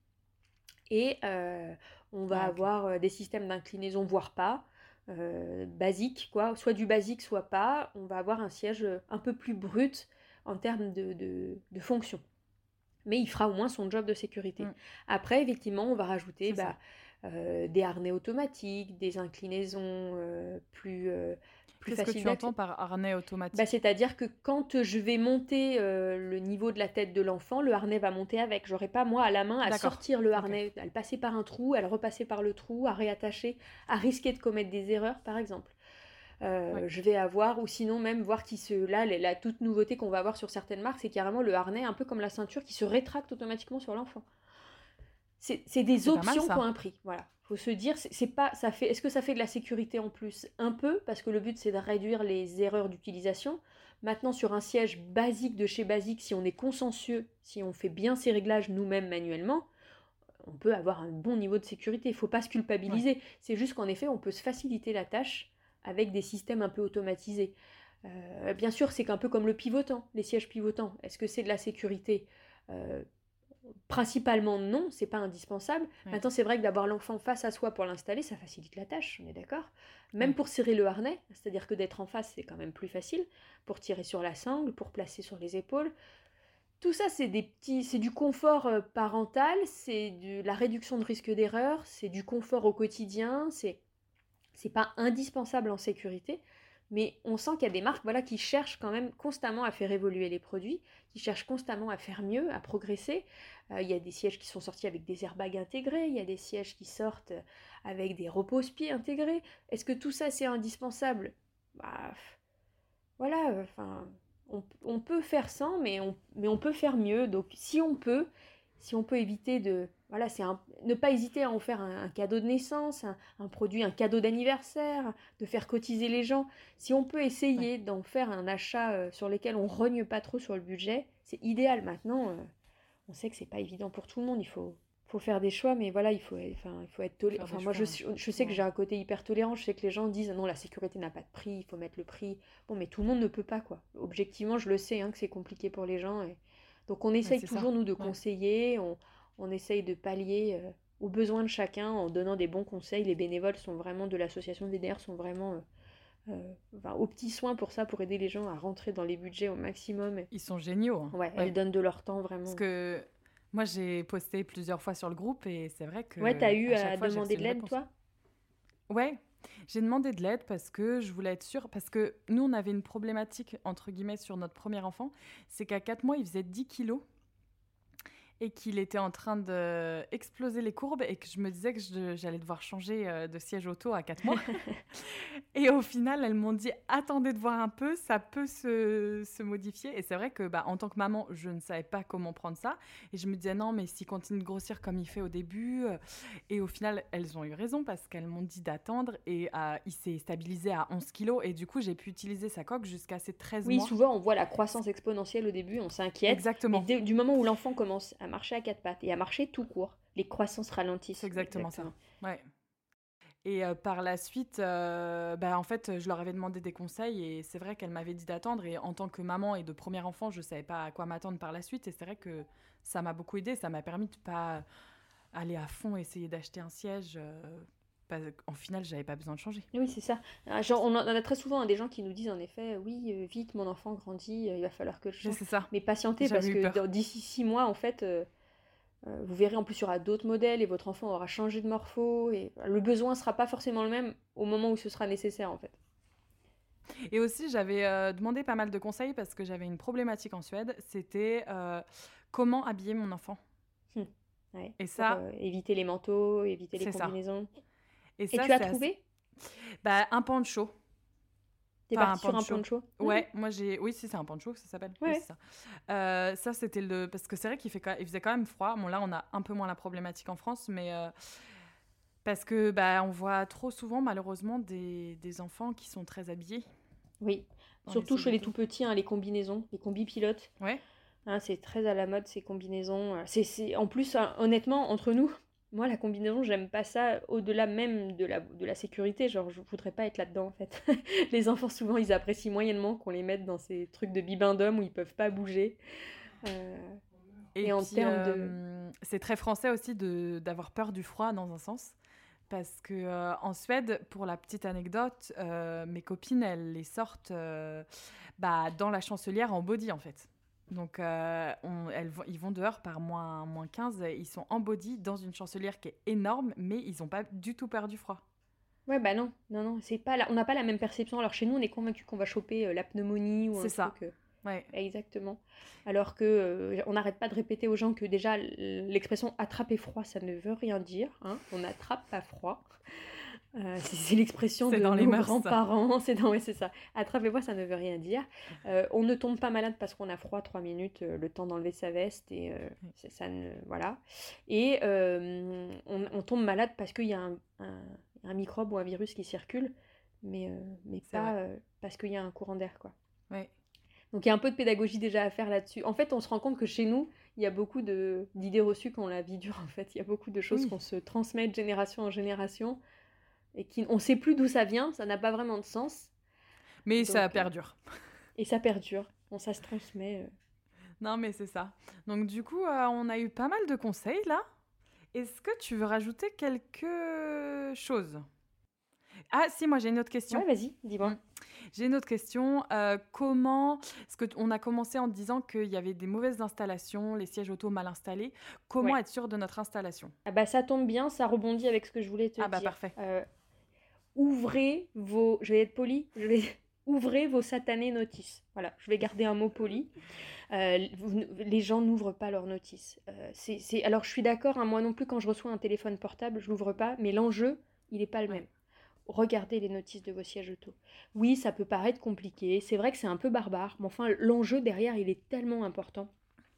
Et euh, on va Ah, ok. avoir euh, des systèmes d'inclinaison, voire pas, euh, basiques, quoi. Soit du basique, soit pas. On va avoir un siège euh, un peu plus brut en termes de, de, de fonction. Mais il fera au moins son job de sécurité. Mm. Après, effectivement, on va rajouter C'est ça. bah, euh, des harnais automatiques, des inclinaisons euh, plus, euh, plus Qu'est-ce que faciles tu d'accès. entends par harnais Bah, automatique? c'est-à-dire que quand je vais monter euh, le niveau de la tête de l'enfant, le harnais va monter avec. J'aurai pas moi à la main à D'accord. sortir le Ok. harnais, à le passer par un trou, à le repasser par le trou, à réattacher, à risquer de commettre des erreurs, par exemple. Ouais. Euh, je vais avoir, ou sinon même voir qui se... Là, la, la toute nouveauté qu'on va avoir sur certaines marques, c'est carrément le harnais, un peu comme la ceinture, qui se rétracte automatiquement sur l'enfant. C'est, c'est des C'est pas mal options qui ont ça. un prix, voilà. Faut se dire, c'est, c'est pas, ça fait, est-ce que ça fait de la sécurité en plus? Un peu, parce que le but c'est de réduire les erreurs d'utilisation. Maintenant, sur un siège basique de chez Basique, si on est consciencieux, si on fait bien ses réglages nous-mêmes manuellement, on peut avoir un bon niveau de sécurité. Il ne faut pas se Ouais. culpabiliser. C'est juste qu'en effet, on peut se faciliter la tâche avec des systèmes un peu automatisés. Euh, bien sûr, c'est un peu comme le pivotant, les sièges pivotants. Est-ce que c'est de la sécurité? Euh, Principalement non, c'est pas indispensable. Ouais. Maintenant, c'est vrai que d'avoir l'enfant face à soi pour l'installer, ça facilite la tâche, on est d'accord. Même Ouais. pour serrer le harnais, c'est-à-dire que d'être en face, c'est quand même plus facile pour tirer sur la sangle, pour placer sur les épaules. Tout ça, c'est des petits, c'est du confort euh, parental, c'est de la réduction de risque d'erreur, c'est du confort au quotidien, c'est c'est pas indispensable en sécurité, mais on sent qu'il y a des marques voilà, qui cherchent quand même constamment à faire évoluer les produits, qui cherchent constamment à faire mieux, à progresser. Euh, il y a des sièges qui sont sortis avec des airbags intégrés, il y a des sièges qui sortent avec des repose-pieds intégrés. Est-ce que tout ça c'est indispensable? Bah, voilà, enfin, on, on peut faire sans, mais on, mais on peut faire mieux. Donc, si on peut, si on peut éviter de, voilà, c'est un- ne pas hésiter à en faire un, un cadeau de naissance, un, un produit, un cadeau d'anniversaire, de faire cotiser les gens. Si on peut Ouais. essayer d'en faire un achat euh, sur lequel on rogne pas trop sur le budget, c'est idéal. Maintenant, euh, on sait que c'est pas évident pour tout le monde. Il faut, faut faire des choix, mais voilà, il faut, enfin, il faut être Faut tolérant. faire des Enfin, moi, choix, je, ouais. je sais que j'ai Faut- un côté hyper tolérant. Je sais que les gens disent non, la sécurité n'a pas de prix, il faut mettre le prix. Bon, mais tout le monde ne peut pas, quoi. Objectivement, je le sais, hein, que c'est compliqué pour les gens. Et... Donc, on Mais essaye c'est ça. toujours, nous, de Ouais. conseiller. On, on essaye de pallier euh, aux besoins de chacun en donnant des bons conseils. Les bénévoles sont vraiment de l'association V D R sont vraiment euh, euh, enfin, aux petits soins pour ça, pour aider les gens à rentrer dans les budgets au maximum. Et... Ils sont géniaux, hein. Ouais, elles Ouais. donnent de leur temps Parce vraiment. que moi, j'ai posté plusieurs fois sur le groupe et c'est vrai Ouais, t'as que eu à chaque à fois, j'ai demander reçu de une l'aide, réponse. toi? Ouais, j'ai demandé de l'aide parce que je voulais être sûre. Parce que nous, on avait une problématique, entre guillemets, sur notre premier enfant. C'est qu'à quatre mois, il faisait dix kilos et qu'il était en train d'exploser les courbes et que je me disais que je- j'allais devoir changer euh, de siège auto à quatre mois. Et au final, elles m'ont dit attendez de voir un peu, ça peut se, se modifier. Et c'est vrai que, bah, en tant que maman, je ne savais pas comment prendre ça. Et je me disais non, mais s'il continue de grossir comme il fait au début. euh, Et au final, elles ont eu raison parce qu'elles m'ont dit d'attendre. Et euh, il s'est stabilisé à onze kilos. Et du coup, j'ai pu utiliser sa coque jusqu'à ses treize Oui, mois. souvent on voit la croissance exponentielle au début, on s'inquiète, mais Exactement. dès- du moment où l'enfant commence à marcher à quatre pattes et à marcher tout court, les croissances C'est ralentissent. exactement ça. Exactement. Ouais. Et euh, par la suite, euh, bah, en fait, je leur avais demandé des conseils et c'est vrai qu'elles m'avaient dit d'attendre. Et en tant que maman et de premier enfant, je ne savais pas à quoi m'attendre par la suite. Et c'est vrai que ça m'a beaucoup aidé. Ça m'a permis de ne pas aller à fond, essayer d'acheter un siège. euh, bah, en final, j'avais pas besoin de changer. Oui, c'est ça. Ah, genre, on en on a très souvent hein, des gens qui nous disent en effet, oui, euh, vite, mon enfant grandit, euh, il va falloir que je Mais change. c'est ça, Mais patientez parce j'avais eu que peur. dans- d'ici six mois, en fait, euh, euh, vous verrez en plus, il y aura d'autres modèles et votre enfant aura changé de morpho et le besoin sera pas forcément le même au moment où ce sera nécessaire en fait. Et aussi, j'avais euh, demandé pas mal de conseils parce que j'avais une problématique en Suède. C'était euh, comment habiller mon enfant. Hmm. Ouais, Et pour ça, euh, éviter les manteaux, éviter les c'est ça. combinaisons. Et Et ça, tu as c'est assez... trouvé? Bah, un poncho. T'es Enfin, un partie sur un poncho. poncho? Ouais, Ouais, moi j'ai... Oui, si, c'est un poncho que ça s'appelle. ouais, Oui, ouais. c'est ça. Euh, ça, c'était le... Parce que c'est vrai qu'il fait quand... il faisait quand même froid. Bon, là, on a un peu moins la problématique en France, mais... euh, Parce que bah, on voit trop souvent, malheureusement, des, des enfants qui sont très habillés Oui. dans les Surtout chez sièges les auto. tout petits, hein, les combinaisons, les combi-pilotes. Ouais, Hein, c'est très à la mode ces combinaisons. Euh, C'est, c'est... En plus, hein, honnêtement, entre nous, moi la combinaison, j'aime pas ça au-delà même de la, de la sécurité. Genre, je voudrais pas être là-dedans en fait. Les enfants, souvent, ils apprécient moyennement qu'on les mette dans ces trucs de bibendum où ils peuvent pas bouger. Euh, et Et en puis termes de... euh, c'est très français aussi de, d'avoir peur du froid dans un sens. Parce que euh, en Suède, pour la petite anecdote, euh, mes copines, elles les sortent euh, bah, dans la chancelière en body en fait. Donc euh, on- elles vont, ils vont dehors par moins, moins quinze, ils sont en body dans une chancelière qui est énorme, mais ils n'ont pas du tout peur du froid. Ouais, bah non, non, non, c'est pas la... on n'a pas la même perception. Alors chez nous, on est convaincu qu'on va choper euh, la pneumonie ou C'est un ça. truc... euh, Ouais, Exactement. Alors que euh, on n'arrête pas de répéter aux gens que déjà l- l'expression attraper froid, ça ne veut rien dire. Hein. On n'attrape pas froid. Euh, c'est c'est l'expression c'est de dans les nos mœurs, ça. grands-parents. C'est non, ouais, c'est ça. Attraper froid, ça ne veut rien dire. Euh, on ne tombe pas malade parce qu'on a froid trois minutes, euh, le temps d'enlever sa veste et euh, Ouais, c'est- ça ne voilà. Et euh, on, on tombe malade parce qu'il y a un, un- un microbe ou un virus qui circule, mais euh, mais c'est pas vrai. euh, parce qu'il y a un courant d'air quoi. Ouais. Donc il y a un peu de pédagogie déjà à faire là-dessus. En fait, on se rend compte que chez nous, il y a beaucoup de, d'idées reçues qu'on la vie dure. En fait, il y a beaucoup de choses Oui, qu'on se transmet de génération en génération et qui, on ne sait plus d'où ça vient. Ça n'a pas vraiment de sens. mais ça Donc, euh, perdure. et ça perdure. Bon, ça se transmet. euh. Non, mais c'est ça. Donc du coup, euh, on a eu pas mal de conseils là. Est-ce que tu veux rajouter quelque chose? Ah si, moi j'ai une autre question. Ouais, vas-y, Hmm. dis-moi. J'ai une autre question. Euh, comment... Parce qu'on a commencé en disant qu'il y avait des mauvaises installations, les sièges auto mal installés. Comment Ouais. être sûr de notre installation? Ah bah ça tombe bien, ça rebondit avec ce que je voulais te Ah bah dire. parfait. Euh, ouvrez vos, je vais être poli, je vais ouvrez vos satanés notices. Voilà, je vais garder un mot poli. Euh, vous- les gens n'ouvrent pas leurs notices. Euh, c'est, c'est... Alors je suis d'accord, hein, moi non plus quand je reçois un téléphone portable, je l'ouvre pas, mais l'enjeu, il n'est pas le Ouais, même. Regardez les notices de vos sièges auto. Oui, ça peut paraître compliqué, c'est vrai que c'est un peu barbare, mais enfin l'enjeu derrière, il est tellement important.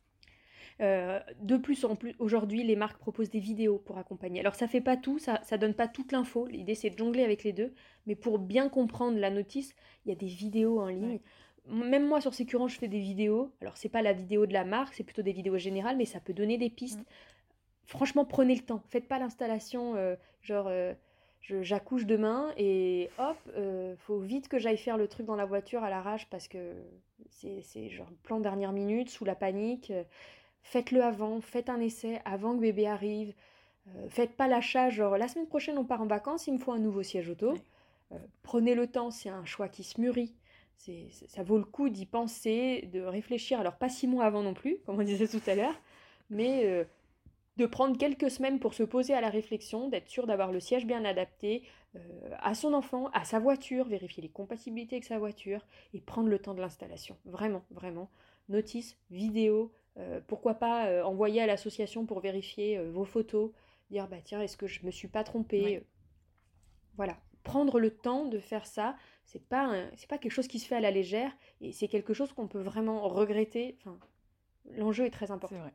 Euh, de plus en plus, aujourd'hui, les marques proposent des vidéos pour accompagner. Alors ça fait pas tout, ça, ça donne pas toute l'info. L'idée c'est de jongler avec les deux, mais pour bien comprendre la notice, il y a des vidéos en ligne. ouais, Même moi sur Sécurant, je fais des vidéos. Alors c'est pas la vidéo de la marque, c'est plutôt des vidéos générales, mais ça peut donner des mm, pistes. Franchement, prenez le temps. Faites pas l'installation euh, genre euh, je- j'accouche demain et hop, euh, faut vite que j'aille faire le truc dans la voiture à l'arrache parce que c'est c'est genre plan dernière minute sous la panique. Faites-le avant, faites un essai avant que bébé arrive. Euh, faites pas l'achat, genre la semaine prochaine on part en vacances, il me faut un nouveau siège auto. ouais. Euh, prenez le temps, c'est un choix qui se mûrit. C'est, c'est- ça vaut le coup d'y penser, de réfléchir. Alors pas six mois avant non plus, comme on disait tout à l'heure, mais euh, de prendre quelques semaines pour se poser à la réflexion, d'être sûr d'avoir le siège bien adapté euh, à son enfant, à sa voiture, vérifier les compatibilités avec sa voiture et prendre le temps de l'installation. Vraiment, vraiment. Notice, vidéo, euh, pourquoi pas euh, envoyer à l'association pour vérifier euh, vos photos, dire bah tiens, est-ce que je me suis pas Ouais. trompée? Voilà. Prendre le temps de faire ça, c'est pas, un- c'est pas quelque chose qui se fait à la légère et c'est quelque chose qu'on peut vraiment regretter. Enfin, l'enjeu est très C'est important. vrai.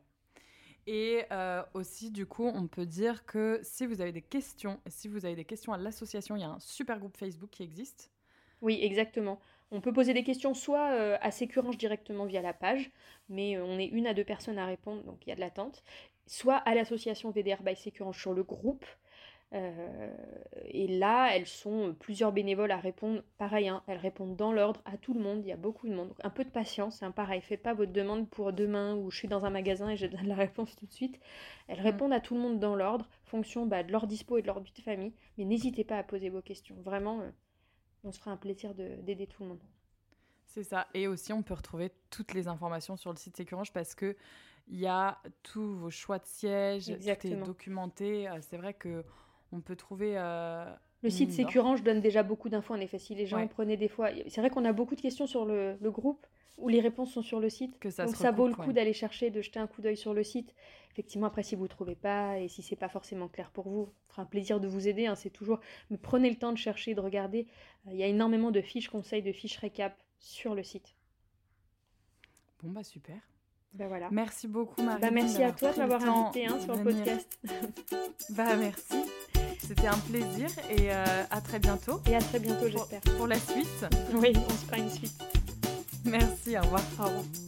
Et euh, aussi, du coup, on peut dire que si vous avez des questions, si vous avez des questions à l'association, il y a un super groupe Facebook qui existe. Oui, exactement. On peut poser des questions soit euh, à Sécurange directement via la page, mais euh, on est une à deux personnes à répondre, donc il y a de l'attente, soit à l'association V D R by Sécurange sur le groupe. Euh, et là, elles sont plusieurs bénévoles à répondre. Pareil, hein, elles répondent dans l'ordre à tout le monde. Il y a beaucoup de monde. Donc, un peu de patience, hein, pareil. Faites pas votre demande pour demain où je suis dans un magasin et j'ai besoin de la réponse tout de suite. Elles répondent à tout le monde dans l'ordre, fonction bah, de leur dispo et de leur vie de famille. Mais n'hésitez pas à poser vos questions. Vraiment, euh, on se fera un plaisir de, d'aider tout le monde. C'est ça. Et aussi, on peut retrouver toutes les informations sur le site Sécurange parce qu'il y a tous vos choix de siège, Exactement. Tout est documenté. C'est vrai qu'on peut trouver... Euh, le site Sécurange donne déjà beaucoup d'infos, en effet. Si les gens ouais. prenaient des fois... C'est vrai qu'on a beaucoup de questions sur le, le groupe où les réponses sont sur le site. Que ça donc se ça recoupe, vaut le coup ouais. d'aller chercher, de jeter un coup d'œil sur le site. Effectivement, après, si vous ne trouvez pas et si c'est pas forcément clair pour vous, ce sera un plaisir de vous aider. Hein, c'est toujours... Mais prenez le temps de chercher, de regarder. Il y a énormément de fiches conseils, de fiches récap sur le site. Bon, bah super. Ben voilà. Merci beaucoup, Marie. Bah, merci à toi de m'avoir invité hein, sur le podcast. Bah merci. C'était un plaisir et euh, à très bientôt. Et à très bientôt, pour, j'espère. Pour la suite. Oui, on se fera une suite. Merci, au revoir. Au revoir.